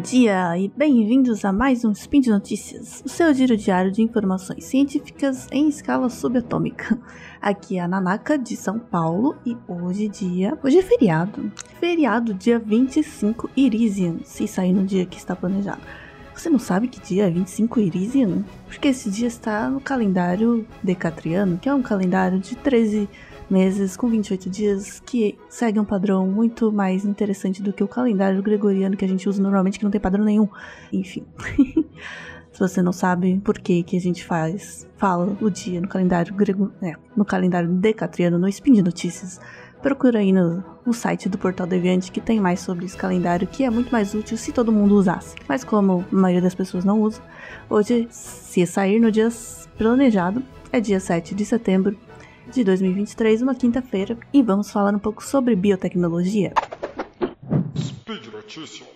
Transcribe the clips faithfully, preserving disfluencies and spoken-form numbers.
dia e bem-vindos a mais um Spin de Notícias, o seu giro diário de informações científicas em escala subatômica. Aqui é a Nanaka de São Paulo e hoje dia... Hoje é feriado. Feriado dia vinte e cinco Irisian, se sair no dia que está planejado. Você não sabe que dia é vinte e cinco Irisian? Porque esse dia está no calendário decatriano, que é um calendário de treze meses com vinte e oito dias, que segue um padrão muito mais interessante do que o calendário gregoriano que a gente usa normalmente, que não tem padrão nenhum. Enfim. Se você não sabe por que que a gente faz, fala o dia no calendário grego, é, no calendário decatriano, no Spin de Notícias, procura aí no, no site do Portal Deviante que tem mais sobre esse calendário, que é muito mais útil se todo mundo usasse. Mas como a maioria das pessoas não usa, hoje, se sair no dia planejado, é dia sete de setembro de dois mil e vinte e três, uma quinta-feira, e vamos falar um pouco sobre biotecnologia. Speed Notícias.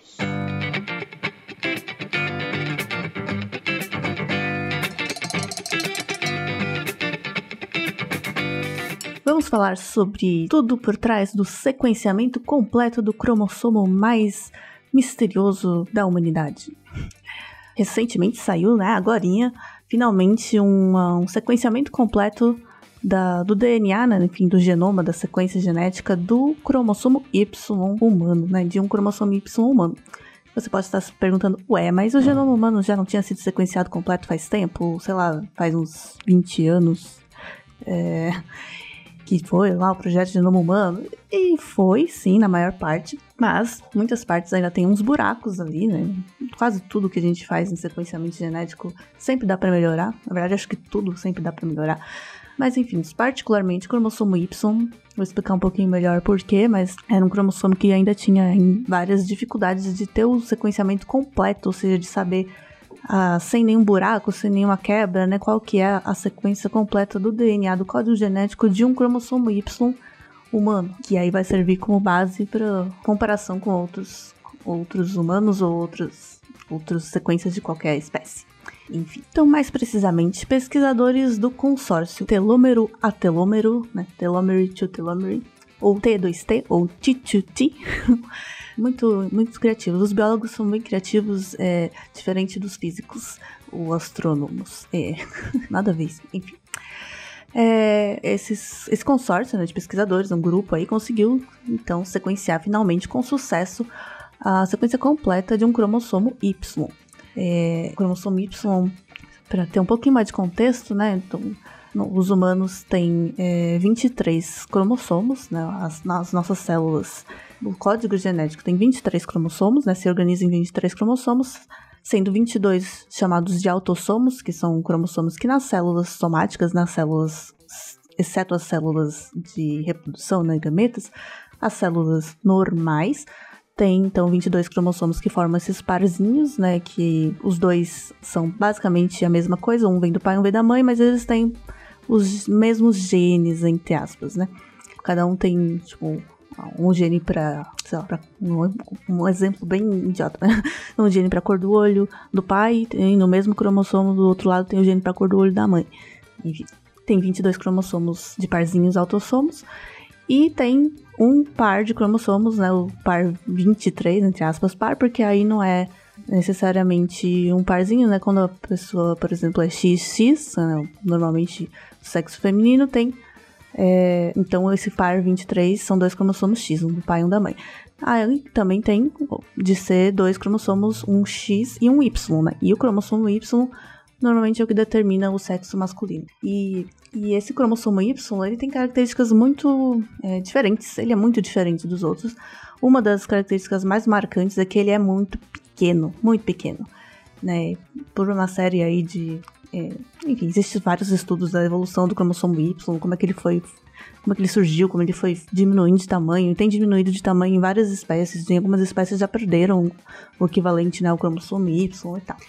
Vamos falar sobre tudo por trás do sequenciamento completo do cromossomo mais misterioso da humanidade. Recentemente saiu, né, agorinha, finalmente um, um sequenciamento completo Da, do D N A, né, enfim, do genoma, da sequência genética do cromossomo Y humano, né, de um cromossomo Y humano. Você pode estar se perguntando, ué, mas o genoma humano já não tinha sido sequenciado completo faz tempo? Sei lá, faz uns vinte anos, é, que foi lá o projeto Genoma Humano. E foi, sim, na maior parte, mas muitas partes ainda tem uns buracos ali, né? Quase tudo que a gente faz em sequenciamento genético sempre dá pra melhorar. Na verdade, acho que tudo sempre dá pra melhorar. Mas enfim, particularmente o cromossomo Y, vou explicar um pouquinho melhor porquê, mas era um cromossomo que ainda tinha várias dificuldades de ter o sequenciamento completo, ou seja, de saber ah, sem nenhum buraco, sem nenhuma quebra, né, qual que é a sequência completa do D N A, do código genético de um cromossomo Y humano, que aí vai servir como base para comparação com outros, outros humanos ou outros, outras sequências de qualquer espécie. Enfim, então mais precisamente, pesquisadores do consórcio telômero a telômero, né, telomere to telomere, ou T dois T, ou T dois T, muito, muito criativos. Os biólogos são bem criativos, é, diferente dos físicos, ou astrônomos, é, nada a ver isso, enfim. É, esses, esse consórcio, né, de pesquisadores, um grupo aí, conseguiu então sequenciar finalmente com sucesso a sequência completa de um cromossomo Y. É, o cromossomo Y, para ter um pouquinho mais de contexto, né, então, no, os humanos têm é, vinte e três cromossomos, né, as, as nossas células, o código genético tem vinte e três cromossomos, né, se organiza em vinte e três cromossomos, sendo vinte e dois chamados de autossomos, que são cromossomos que nas células somáticas, nas células, exceto as células de reprodução, né, gametas, as células normais, tem, então, vinte e dois cromossomos que formam esses parzinhos, né, que os dois são basicamente a mesma coisa, um vem do pai e um vem da mãe, mas eles têm os mesmos genes, entre aspas, né. Cada um tem, tipo, um gene pra, sei lá, pra, um, um exemplo bem idiota, né, um gene pra cor do olho do pai, e no mesmo cromossomo do outro lado tem o gene pra cor do olho da mãe. Enfim, tem vinte e dois cromossomos de parzinhos autossomos, e tem um par de cromossomos, né, o par vinte e três, entre aspas, par, porque aí não é necessariamente um parzinho, né, quando a pessoa, por exemplo, é xis xis, né, normalmente o sexo feminino tem, é, então esse par vinte e três são dois cromossomos X, um do pai e um da mãe. Aí também tem de ser dois cromossomos, um X e um Y, né, e o cromossomo Y normalmente é o que determina o sexo masculino. E, e esse cromossomo Y, ele tem características muito é, diferentes, ele é muito diferente dos outros. Uma das características mais marcantes é que ele é muito pequeno, muito pequeno, né? Por uma série aí de... É, enfim, existem vários estudos da evolução do cromossomo Y, como é que ele foi... como é que ele surgiu, como ele foi diminuindo de tamanho, e tem diminuído de tamanho em várias espécies, em algumas espécies já perderam o equivalente, né, ao cromossomo Y e tal.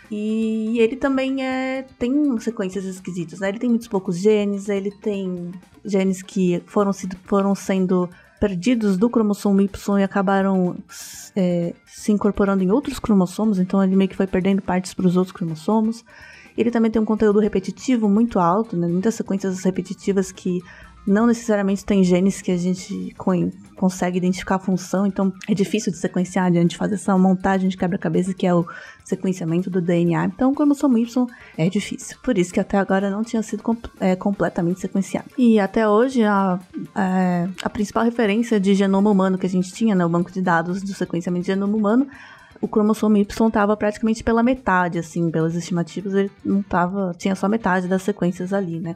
E ele também é, tem sequências esquisitas, né? Ele tem muitos poucos genes, ele tem genes que foram, sido, foram sendo perdidos do cromossomo Y e acabaram é, se incorporando em outros cromossomos, então ele meio que foi perdendo partes para os outros cromossomos. Ele também tem um conteúdo repetitivo muito alto, né? Muitas sequências repetitivas que não necessariamente tem genes que a gente consegue identificar a função, então é difícil de sequenciar, de a gente fazer essa montagem de quebra-cabeça que é o sequenciamento do D N A. Então o cromossomo Y é difícil, por isso que até agora não tinha sido com, é, completamente sequenciado. E até hoje a, a, a principal referência de genoma humano que a gente tinha, né, o banco de dados do sequenciamento de genoma humano, o cromossomo Y estava praticamente pela metade, assim, pelas estimativas, ele não tava, tinha só metade das sequências ali, né.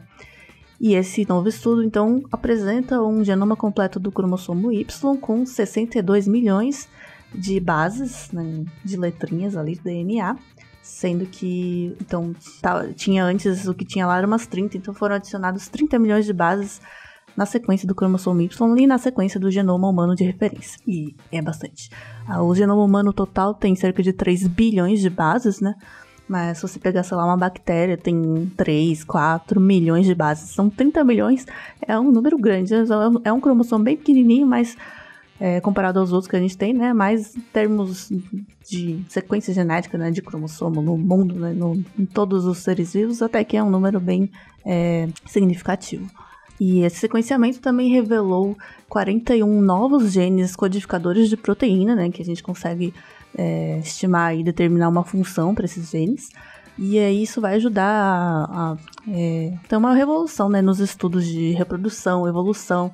E esse novo estudo, então, apresenta um genoma completo do cromossomo Y com sessenta e dois milhões de bases, né, de letrinhas ali do D N A, sendo que, então, tá, tinha antes, o que tinha lá era umas trinta, então foram adicionados trinta milhões de bases na sequência do cromossomo Y e na sequência do genoma humano de referência. E é bastante. O genoma humano total tem cerca de três bilhões de bases, né? Mas se você pegar, sei lá, uma bactéria, tem três, quatro milhões de bases. São trinta milhões, é um número grande. É um cromossomo bem pequenininho, mas é, comparado aos outros que a gente tem, né? Mas em termos de sequência genética, né, de cromossomo no mundo, né, no, em todos os seres vivos, até que é um número bem é, significativo. E esse sequenciamento também revelou quarenta e um novos genes codificadores de proteína, né? Que a gente consegue É, estimar e determinar uma função para esses genes, e aí isso vai ajudar a, a é, ter uma revolução, né, nos estudos de reprodução, evolução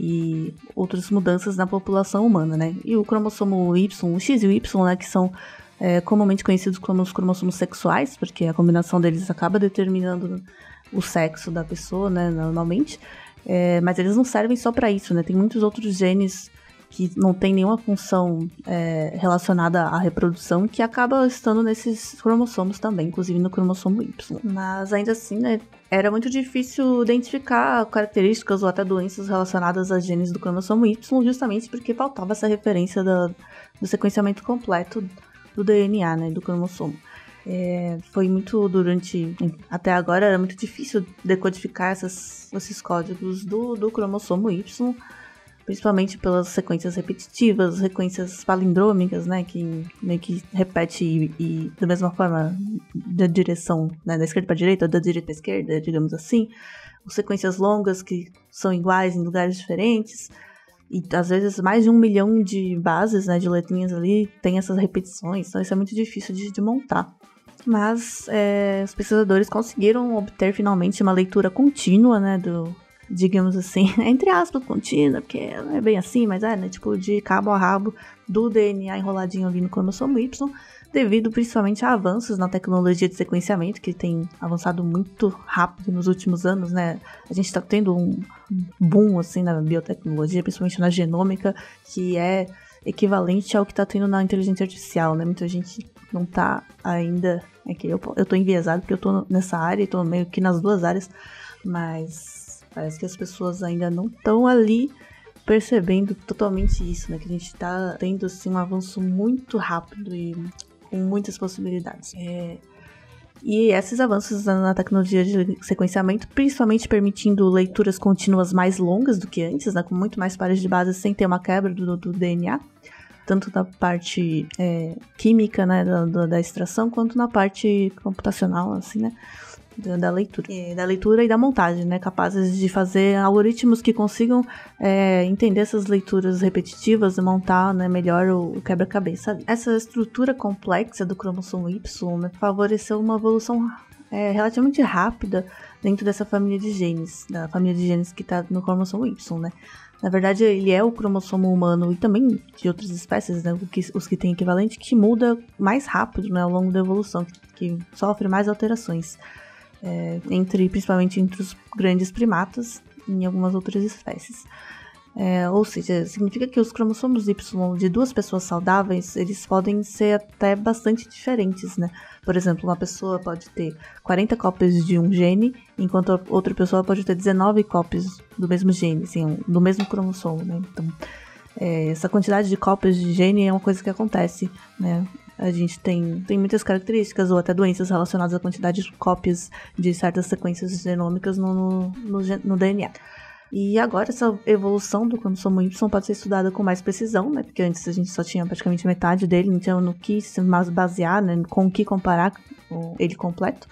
e outras mudanças na população humana, né? E o cromossomo Y, o X e o Y, né, que são é, comumente conhecidos como os cromossomos sexuais, porque a combinação deles acaba determinando o sexo da pessoa, né, normalmente, é, mas eles não servem só para isso, né? Tem muitos outros genes que não tem nenhuma função é, relacionada à reprodução, que acaba estando nesses cromossomos também, inclusive no cromossomo Y. Mas ainda assim, né, era muito difícil identificar características ou até doenças relacionadas a genes do cromossomo Y, justamente porque faltava essa referência da, do sequenciamento completo do D N A, né, do cromossomo. É, foi muito durante... Até agora era muito difícil decodificar essas, esses códigos do, do cromossomo Y, principalmente pelas sequências repetitivas, sequências palindrômicas, né, que meio que repete e, e da mesma forma da direção, né, da esquerda para a direita, ou da direita para a esquerda, digamos assim, ou sequências longas que são iguais em lugares diferentes, e às vezes mais de um milhão de bases, né, de letrinhas ali, tem essas repetições, então isso é muito difícil de, de montar. Mas é, os pesquisadores conseguiram obter finalmente uma leitura contínua, né, do... digamos assim, entre aspas, contínua, porque não é bem assim, mas é, né, tipo, de cabo a rabo do D N A enroladinho ali no cromossomo Y, devido principalmente a avanços na tecnologia de sequenciamento, que tem avançado muito rápido nos últimos anos, né, a gente tá tendo um boom, assim, na biotecnologia, principalmente na genômica, que é equivalente ao que tá tendo na inteligência artificial, né, muita gente não tá ainda, é que eu, eu tô enviesado, porque eu tô nessa área, e tô meio que nas duas áreas, mas... parece que as pessoas ainda não estão ali percebendo totalmente isso, né? Que a gente está tendo, assim, um avanço muito rápido e com muitas possibilidades. É... E esses avanços na tecnologia de sequenciamento, principalmente permitindo leituras contínuas mais longas do que antes, né? Com muito mais pares de bases sem ter uma quebra do, do D N A, tanto na parte é, química, né? Da, da extração, quanto na parte computacional, assim, né? Da leitura, é, da leitura e da montagem, né, capazes de fazer algoritmos que consigam é, entender essas leituras repetitivas e montar, né, melhor o, o quebra-cabeça ali. Essa estrutura complexa do cromossomo Y, né, favoreceu uma evolução é, relativamente rápida dentro dessa família de genes, da família de genes que está no cromossomo Y, né. Na verdade, ele é o cromossomo humano e também de outras espécies, né, os que têm equivalente, que muda mais rápido, né, ao longo da evolução, que sofre mais alterações. É, entre, principalmente entre os grandes primatas e em algumas outras espécies. É, ou seja, significa que os cromossomos Y de duas pessoas saudáveis, eles podem ser até bastante diferentes, né? Por exemplo, uma pessoa pode ter quarenta cópias de um gene, enquanto a outra pessoa pode ter dezenove cópias do mesmo gene, assim, do mesmo cromossomo, né? Então, é, essa quantidade de cópias de gene é uma coisa que acontece, né? A gente tem, tem muitas características ou até doenças relacionadas à quantidade de cópias de certas sequências genômicas no, no, no D N A. E agora essa evolução do cromossomo Y pode ser estudada com mais precisão, né? Porque antes a gente só tinha praticamente metade dele, não tinha no que se basear, né? Com o que comparar ele completo.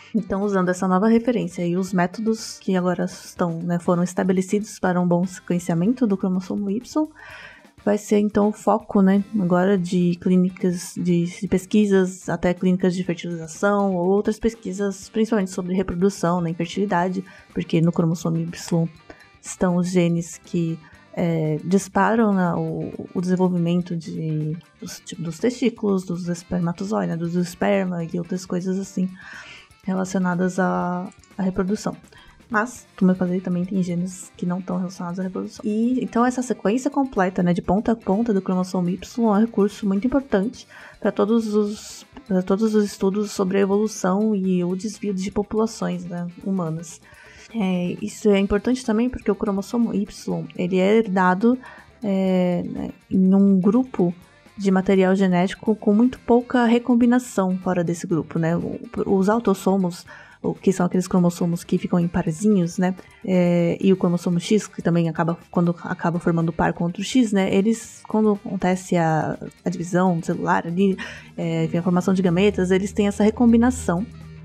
Então, usando essa nova referência e os métodos que agora estão, né, foram estabelecidos para um bom sequenciamento do cromossomo Y, vai ser então o foco, né, agora de clínicas de, de pesquisas, até clínicas de fertilização ou outras pesquisas, principalmente sobre reprodução, né, infertilidade, porque no cromossomo Y estão os genes que é, disparam, né, o, o desenvolvimento de, dos, tipo, dos testículos, dos espermatozoides, né, dos esperma e outras coisas assim relacionadas à, à reprodução. Mas, como eu falei, também tem genes que não estão relacionados à reprodução. E então essa sequência completa, né, de ponta a ponta do cromossomo Y é um recurso muito importante para todos os para todos os estudos sobre a evolução e o desvio de populações, né, humanas. É, isso é importante também porque o cromossomo Y ele é herdado é, né, em um grupo de material genético com muito pouca recombinação fora desse grupo, né? Os autossomos, que são aqueles cromossomos que ficam em parzinhos, né? É, e o cromossomo X, que também acaba, quando acaba formando par contra o X, né? Eles, quando acontece a, a divisão celular ali, é, a formação de gametas, eles têm essa recombinação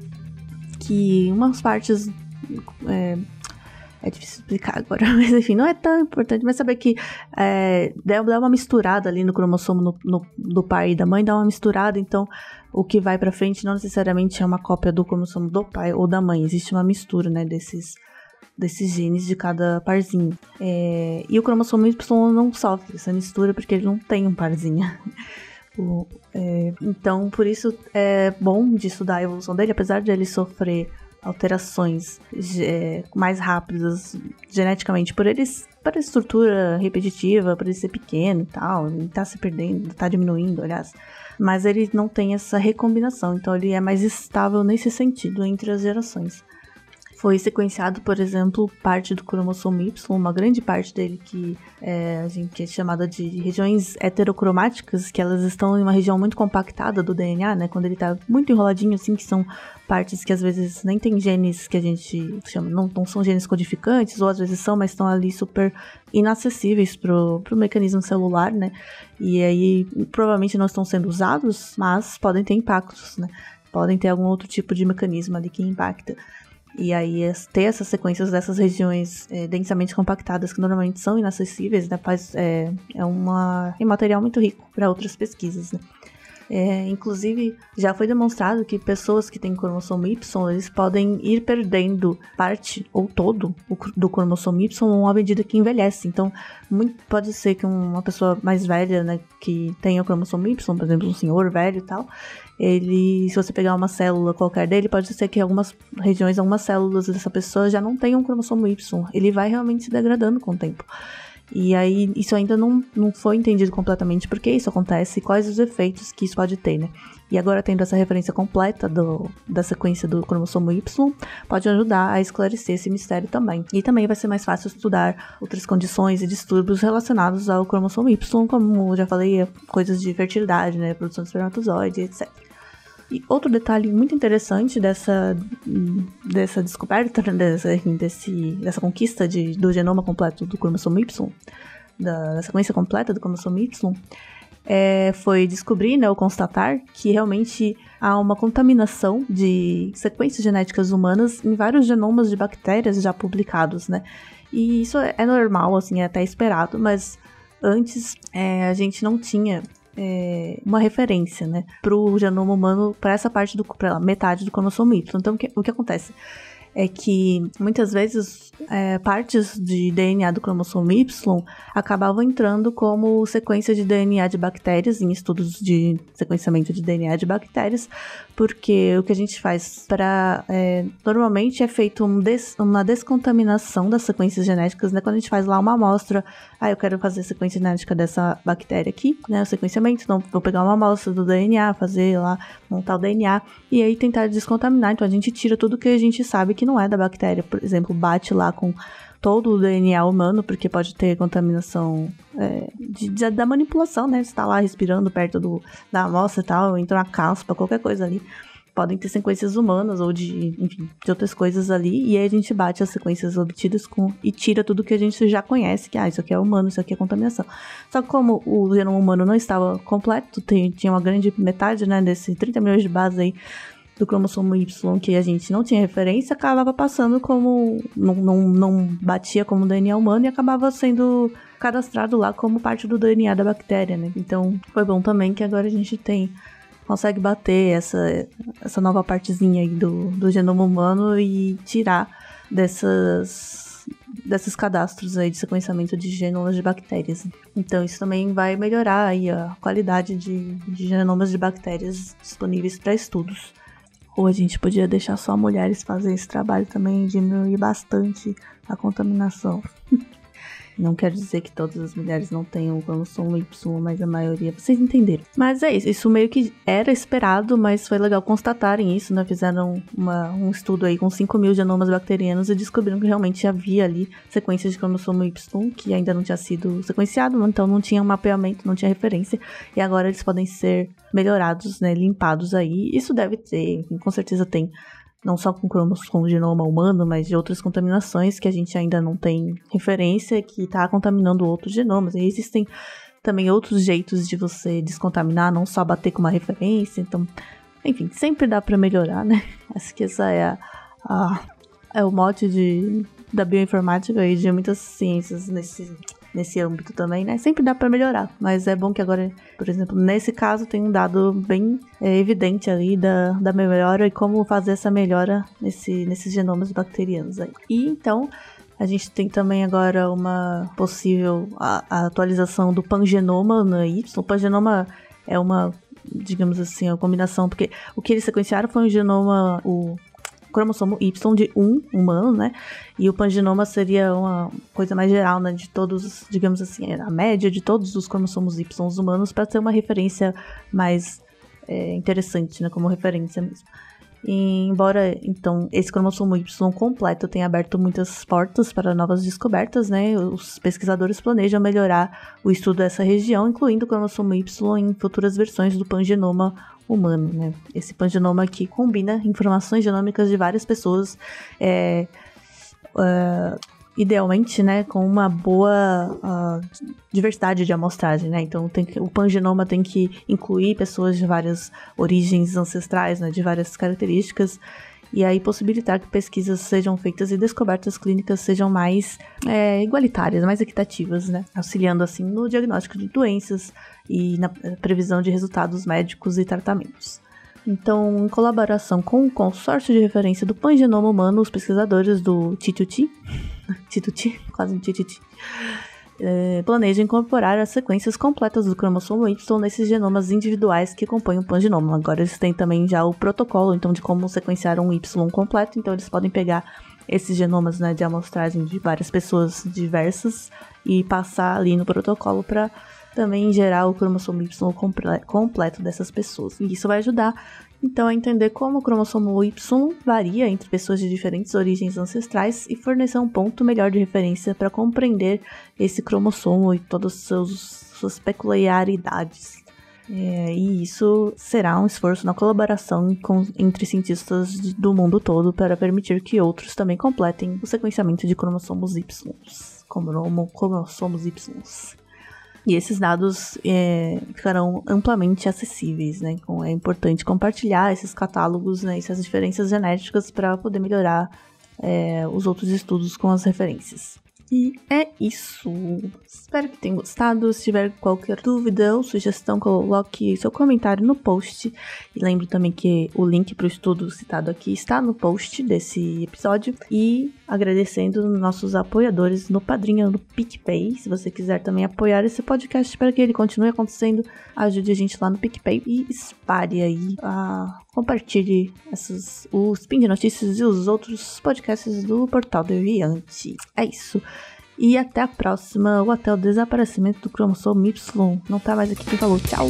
que umas partes... É, É difícil explicar agora, mas enfim, não é tão importante, mas saber que é, dá uma misturada ali no cromossomo no, no, do pai e da mãe, dá uma misturada, então o que vai pra frente não necessariamente é uma cópia do cromossomo do pai ou da mãe, existe uma mistura, né, desses, desses genes de cada parzinho. É, e o cromossomo Y não sofre essa mistura porque ele não tem um parzinho. O, é, então, por isso é bom de estudar a evolução dele, apesar de ele sofrer alterações é, mais rápidas geneticamente por eles, para a estrutura repetitiva, por ele ser pequeno e tal, ele tá se perdendo, tá diminuindo, aliás, mas ele não tem essa recombinação, então ele é mais estável nesse sentido entre as gerações. Foi sequenciado, por exemplo, parte do cromossomo Y, uma grande parte dele que é, a gente que é chamada de regiões heterocromáticas, que elas estão em uma região muito compactada do D N A, né? Quando ele tá muito enroladinho, assim, que são partes que às vezes nem tem genes que a gente chama, não, não são genes codificantes, ou às vezes são, mas estão ali super inacessíveis pro, pro mecanismo celular, né? E aí, provavelmente não estão sendo usados, mas podem ter impactos, né? Podem ter algum outro tipo de mecanismo ali que impacta. E aí, ter essas sequências dessas regiões é, densamente compactadas, que normalmente são inacessíveis, né, faz, é, é, uma, é um material muito rico para outras pesquisas, né? É, inclusive, já foi demonstrado que pessoas que têm cromossomo Y, eles podem ir perdendo parte ou todo do cromossomo Y à medida que envelhece. Então, muito, pode ser que uma pessoa mais velha, né, que tenha o cromossomo Y, por exemplo, um senhor velho e tal, ele, se você pegar uma célula qualquer dele, pode ser que algumas regiões, algumas células dessa pessoa já não tenham cromossomo Y. Ele vai realmente se degradando com o tempo. E aí, isso ainda não, não foi entendido completamente por que isso acontece e quais os efeitos que isso pode ter, né? E agora, tendo essa referência completa do, da sequência do cromossomo Y, pode ajudar a esclarecer esse mistério também. E também vai ser mais fácil estudar outras condições e distúrbios relacionados ao cromossomo Y, como já falei, coisas de fertilidade, né? Produção de espermatozoide, etcétera. E outro detalhe muito interessante dessa, dessa descoberta, dessa, desse, dessa conquista de, do genoma completo do cromossomo Y, da, da sequência completa do cromossomo Y, é, foi descobrir, né, ou constatar que realmente há uma contaminação de sequências genéticas humanas em vários genomas de bactérias já publicados, né? E isso é normal, assim, é até esperado, mas antes é, a gente não tinha... É, uma referência, né, pro genoma humano, para essa parte do, pra metade do cromossomo Y. Então, o que, o que acontece é que muitas vezes é, partes de D N A do cromossomo Y acabavam entrando como sequência de D N A de bactérias em estudos de sequenciamento de D N A de bactérias, porque o que a gente faz para é, normalmente é feito um des, uma descontaminação das sequências genéticas, né? Quando a gente faz lá uma amostra, ah, eu quero fazer a sequência genética dessa bactéria aqui, né, o sequenciamento, então vou pegar uma amostra do D N A, fazer lá, montar o D N A, e aí tentar descontaminar. Então a gente tira tudo que a gente sabe que não é da bactéria, por exemplo, bate lá com todo o D N A humano, porque pode ter contaminação é, de, de, da manipulação, né? Você tá lá respirando perto do, da amostra e tal, entra uma caspa, qualquer coisa ali. Podem ter sequências humanas ou de, enfim, de outras coisas ali, e aí a gente bate as sequências obtidas com, e tira tudo que a gente já conhece, que ah, isso aqui é humano, isso aqui é contaminação. Só que como o genoma humano não estava completo, tem, tinha uma grande metade, né, desses trinta milhões de bases aí, do cromossomo Y que a gente não tinha referência, acabava passando como... Não, não, não batia como D N A humano e acabava sendo cadastrado lá como parte do D N A da bactéria, né? Então, foi bom também que agora a gente tem... consegue bater essa, essa nova partezinha aí do, do genoma humano e tirar dessas, desses cadastros aí de sequenciamento de genomas de bactérias. Então isso também vai melhorar aí a qualidade de, de genomas de bactérias disponíveis para estudos. Ou a gente podia deixar só mulheres fazer esse trabalho também e diminuir bastante a contaminação. Não quer dizer que todas as mulheres não tenham o cromossomo Y, mas a maioria, vocês entenderam. Mas é isso, isso meio que era esperado, mas foi legal constatarem isso, né? Fizeram uma, um estudo aí com cinco mil genomas bacterianos e descobriram que realmente havia ali sequências de cromossomo Y que ainda não tinha sido sequenciado, então não tinha um mapeamento, não tinha referência, e agora eles podem ser melhorados, né? Limpados aí. Isso deve ter, com certeza tem, não só com cromossomo genoma humano, mas de outras contaminações que a gente ainda não tem referência, que está contaminando outros genomas. E existem também outros jeitos de você descontaminar, não só bater com uma referência. Então, enfim, sempre dá para melhorar, né? Acho que essa é, a, a, é o mote de, da bioinformática e de muitas ciências nesse... nesse âmbito também, né? Sempre dá para melhorar, mas é bom que agora, por exemplo, nesse caso tem um dado bem é, evidente ali da, da melhora e como fazer essa melhora nesse, nesses genomas bacterianos aí. E então, a gente tem também agora uma possível a, a atualização do pangenoma no Y. O pangenoma é uma, digamos assim, uma combinação, porque o que eles sequenciaram foi um genoma, o cromossomo Y de um humano, né? E o pangenoma seria uma coisa mais geral, né? De todos, digamos assim, a média de todos os cromossomos Y humanos para ter uma referência mais é, interessante, né? Como referência mesmo. E, embora, então, esse cromossomo Y completo tenha aberto muitas portas para novas descobertas, né? Os pesquisadores planejam melhorar o estudo dessa região, incluindo o cromossomo Y em futuras versões do pangenoma humano, né? Esse pangenoma aqui combina informações genômicas de várias pessoas, é, uh, idealmente, né, com uma boa uh, diversidade de amostragem, né? Então tem que, o pangenoma tem que incluir pessoas de várias origens ancestrais, né, de várias características, e aí possibilitar que pesquisas sejam feitas e descobertas clínicas sejam mais é, igualitárias, mais equitativas, né? Auxiliando assim no diagnóstico de doenças e na previsão de resultados médicos e tratamentos. Então, em colaboração com o consórcio de referência do pangenoma humano, os pesquisadores do Tituti, Tituti, quase um Tititi, é, planejam incorporar as sequências completas do cromossomo Y nesses genomas individuais que compõem o pangenoma. Agora eles têm também já o protocolo, então, de como sequenciar um Y completo, então eles podem pegar esses genomas, né, de amostragem de várias pessoas diversas e passar ali no protocolo para também gerar o cromossomo Y comple- completo dessas pessoas. E isso vai ajudar, então, a entender como o cromossomo Y varia entre pessoas de diferentes origens ancestrais e fornecer um ponto melhor de referência para compreender esse cromossomo e todas as suas peculiaridades. É, e isso será um esforço na colaboração com, entre cientistas do mundo todo para permitir que outros também completem o sequenciamento de cromossomos Y. Como cromossomos Y. E esses dados é, ficarão amplamente acessíveis, né? Então, é importante compartilhar esses catálogos, né, essas diferenças genéticas para poder melhorar é, os outros estudos com as referências. E é isso. Espero que tenham gostado. Se tiver qualquer dúvida ou sugestão, coloque seu comentário no post. E lembre também que o link para o estudo citado aqui está no post desse episódio. E agradecendo nossos apoiadores no Padrinho, no PicPay. Se você quiser também apoiar esse podcast para que ele continue acontecendo, ajude a gente lá no PicPay e espalhe aí, a, compartilhe esses, o Spin de Notícias e os outros podcasts do Portal Deviante. É isso. E até a próxima, ou até o desaparecimento do cromossomo Y. Não tá mais aqui quem falou. Tchau!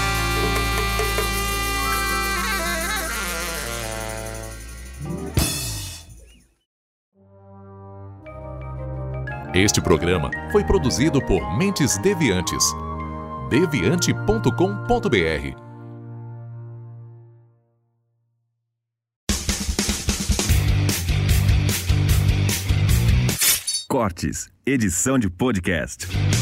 Este programa foi produzido por Mentes Deviantes. deviante ponto com ponto b r. Cortes, edição de podcast.